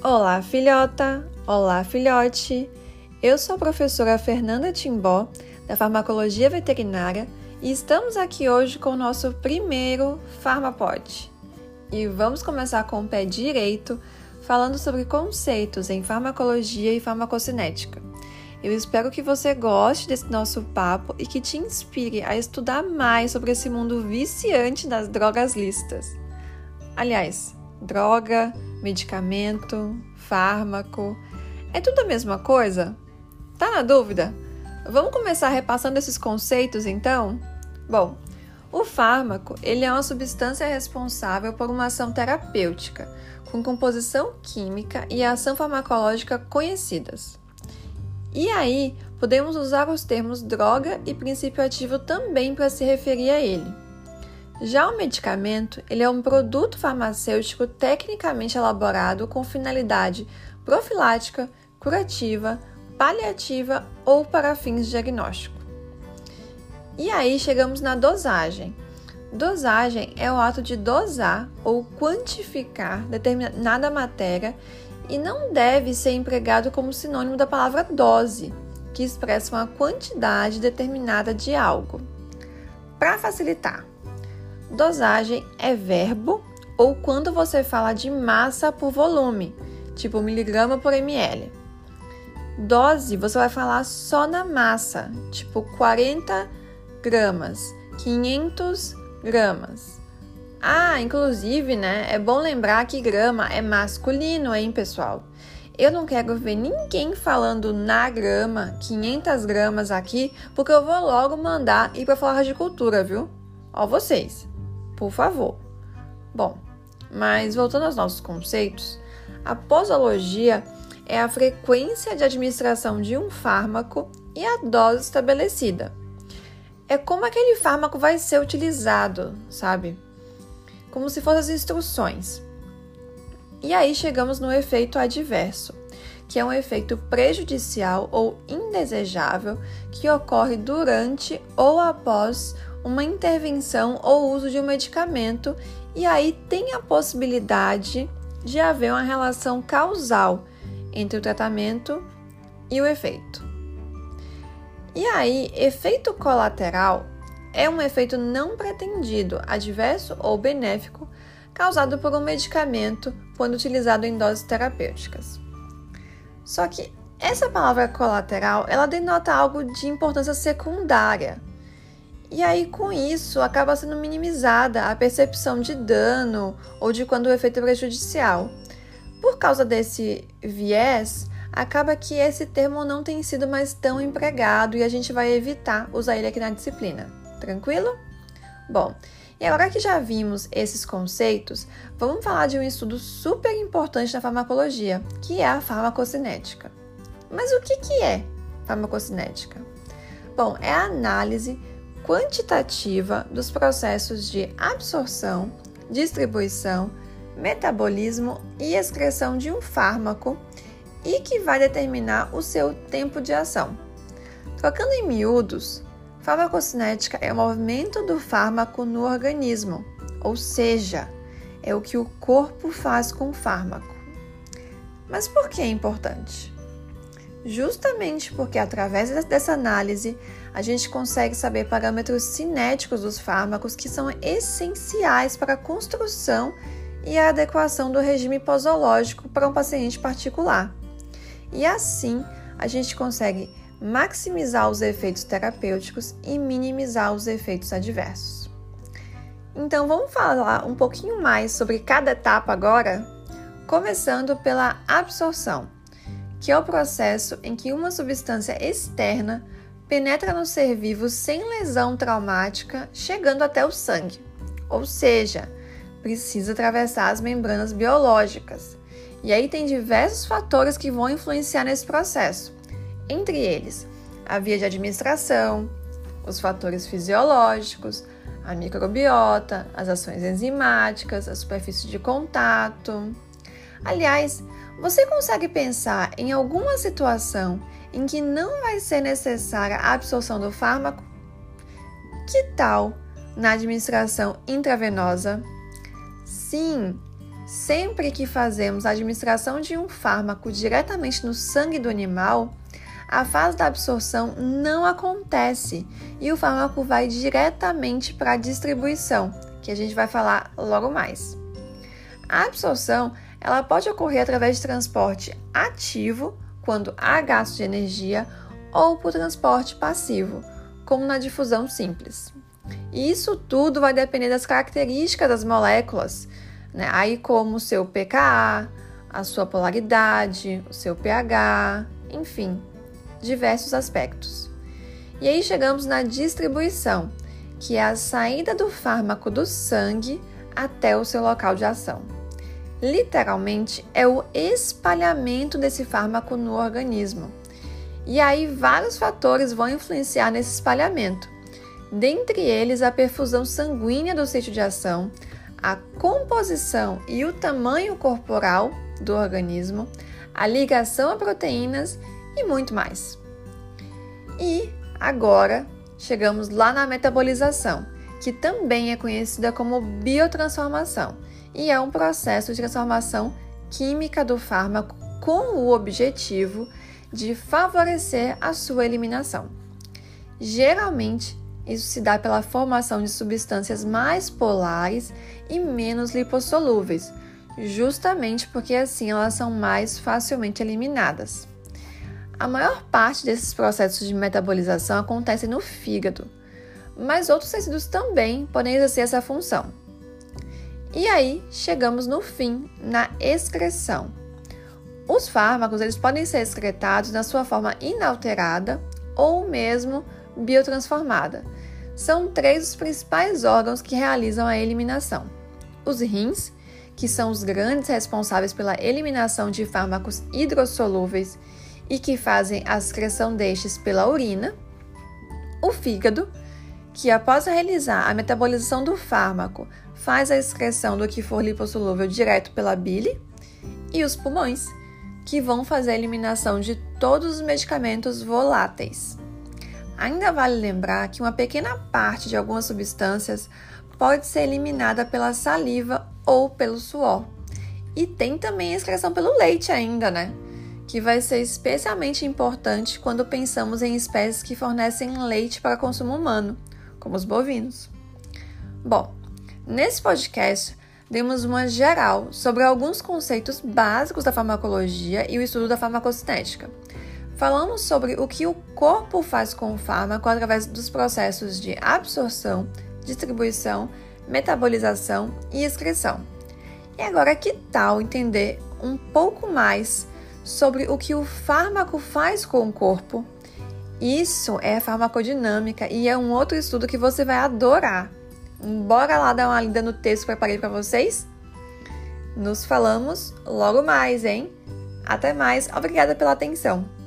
Olá, filhota! Olá, filhote! Eu sou a professora Fernanda Timbó, da Farmacologia Veterinária, e estamos aqui hoje com o nosso primeiro Farmapod. E vamos começar com o pé direito, falando sobre conceitos em farmacologia e farmacocinética. Eu espero que você goste desse nosso papo e que te inspire a estudar mais sobre esse mundo viciante das drogas listas. Aliás, droga, medicamento, fármaco, é tudo a mesma coisa? Tá na dúvida? Vamos começar repassando esses conceitos então? Bom, o fármaco ele é uma substância responsável por uma ação terapêutica, com composição química e ação farmacológica conhecidas. E aí, podemos usar os termos droga e princípio ativo também para se referir a ele. Já o medicamento, ele é um produto farmacêutico tecnicamente elaborado com finalidade profilática, curativa, paliativa ou para fins de diagnóstico. E aí chegamos na dosagem. Dosagem é o ato de dosar ou quantificar determinada matéria e não deve ser empregado como sinônimo da palavra dose, que expressa uma quantidade determinada de algo. Para facilitar, dosagem é verbo ou quando você fala de massa por volume, tipo miligrama por ml. Dose, você vai falar só na massa, tipo 40 gramas, 500 gramas. Inclusive, é bom lembrar que grama é masculino, hein, pessoal? Eu não quero ver ninguém falando na grama, 500 gramas aqui, porque eu vou logo mandar ir para a floricultura, viu? Ó, vocês, por favor. Bom, mas voltando aos nossos conceitos, a posologia é a frequência de administração de um fármaco e a dose estabelecida. É como aquele fármaco vai ser utilizado, sabe? Como se fossem as instruções. E aí chegamos no efeito adverso, que é um efeito prejudicial ou indesejável que ocorre durante ou após uma intervenção ou uso de um medicamento, e aí tem a possibilidade de haver uma relação causal entre o tratamento e o efeito. E aí, efeito colateral é um efeito não pretendido, adverso ou benéfico, causado por um medicamento quando utilizado em doses terapêuticas. Só que essa palavra colateral, ela denota algo de importância secundária. E aí, com isso, acaba sendo minimizada a percepção de dano ou de quando o efeito é prejudicial. Por causa desse viés, acaba que esse termo não tem sido mais tão empregado e a gente vai evitar usar ele aqui na disciplina. Tranquilo? Bom, e agora que já vimos esses conceitos, vamos falar de um estudo super importante na farmacologia, que é a farmacocinética. Mas o que é farmacocinética? Bom, é a análise quantitativa dos processos de absorção, distribuição, metabolismo e excreção de um fármaco e que vai determinar o seu tempo de ação. Trocando em miúdos, farmacocinética é o movimento do fármaco no organismo, ou seja, é o que o corpo faz com o fármaco. Mas por que é importante? Justamente porque através dessa análise a gente consegue saber parâmetros cinéticos dos fármacos que são essenciais para a construção e a adequação do regime posológico para um paciente particular. E assim a gente consegue maximizar os efeitos terapêuticos e minimizar os efeitos adversos. Então vamos falar um pouquinho mais sobre cada etapa agora, começando pela absorção, que é o processo em que uma substância externa penetra no ser vivo sem lesão traumática, chegando até o sangue, ou seja, precisa atravessar as membranas biológicas. E aí tem diversos fatores que vão influenciar nesse processo, entre eles a via de administração, os fatores fisiológicos, a microbiota, as ações enzimáticas, a superfície de contato. Aliás, você consegue pensar em alguma situação em que não vai ser necessária a absorção do fármaco? Que tal na administração intravenosa? Sim, sempre que fazemos a administração de um fármaco diretamente no sangue do animal, a fase da absorção não acontece e o fármaco vai diretamente para a distribuição, que a gente vai falar logo mais. A absorção ela pode ocorrer através de transporte ativo, quando há gasto de energia, ou por transporte passivo, como na difusão simples. E isso tudo vai depender das características das moléculas, né? Aí como o seu pKa, a sua polaridade, o seu pH, enfim, diversos aspectos. E aí chegamos na distribuição, que é a saída do fármaco do sangue até o seu local de ação. Literalmente, é o espalhamento desse fármaco no organismo. E aí vários fatores vão influenciar nesse espalhamento. Dentre eles, a perfusão sanguínea do sítio de ação, a composição e o tamanho corporal do organismo, a ligação a proteínas e muito mais. E agora chegamos lá na metabolização, que também é conhecida como biotransformação e é um processo de transformação química do fármaco com o objetivo de favorecer a sua eliminação. Geralmente, isso se dá pela formação de substâncias mais polares e menos lipossolúveis, justamente porque assim elas são mais facilmente eliminadas. A maior parte desses processos de metabolização acontece no fígado, mas outros tecidos também podem exercer essa função. E aí, chegamos no fim, na excreção. Os fármacos eles podem ser excretados na sua forma inalterada ou mesmo biotransformada. São 3 os principais órgãos que realizam a eliminação. Os rins, que são os grandes responsáveis pela eliminação de fármacos hidrossolúveis e que fazem a excreção destes pela urina. O fígado, que após realizar a metabolização do fármaco, faz a excreção do que for lipossolúvel direto pela bile. E os pulmões, que vão fazer a eliminação de todos os medicamentos voláteis. Ainda vale lembrar que uma pequena parte de algumas substâncias pode ser eliminada pela saliva ou pelo suor. E tem também a excreção pelo leite ainda, né? Que vai ser especialmente importante quando pensamos em espécies que fornecem leite para consumo humano, como os bovinos. Bom, nesse podcast, demos uma geral sobre alguns conceitos básicos da farmacologia e o estudo da farmacocinética. Falamos sobre o que o corpo faz com o fármaco através dos processos de absorção, distribuição, metabolização e excreção. E agora, que tal entender um pouco mais sobre o que o fármaco faz com o corpo? Isso é farmacodinâmica e é um outro estudo que você vai adorar. Bora lá dar uma lida no texto que preparei para vocês? Nos falamos logo mais, hein? Até mais, obrigada pela atenção!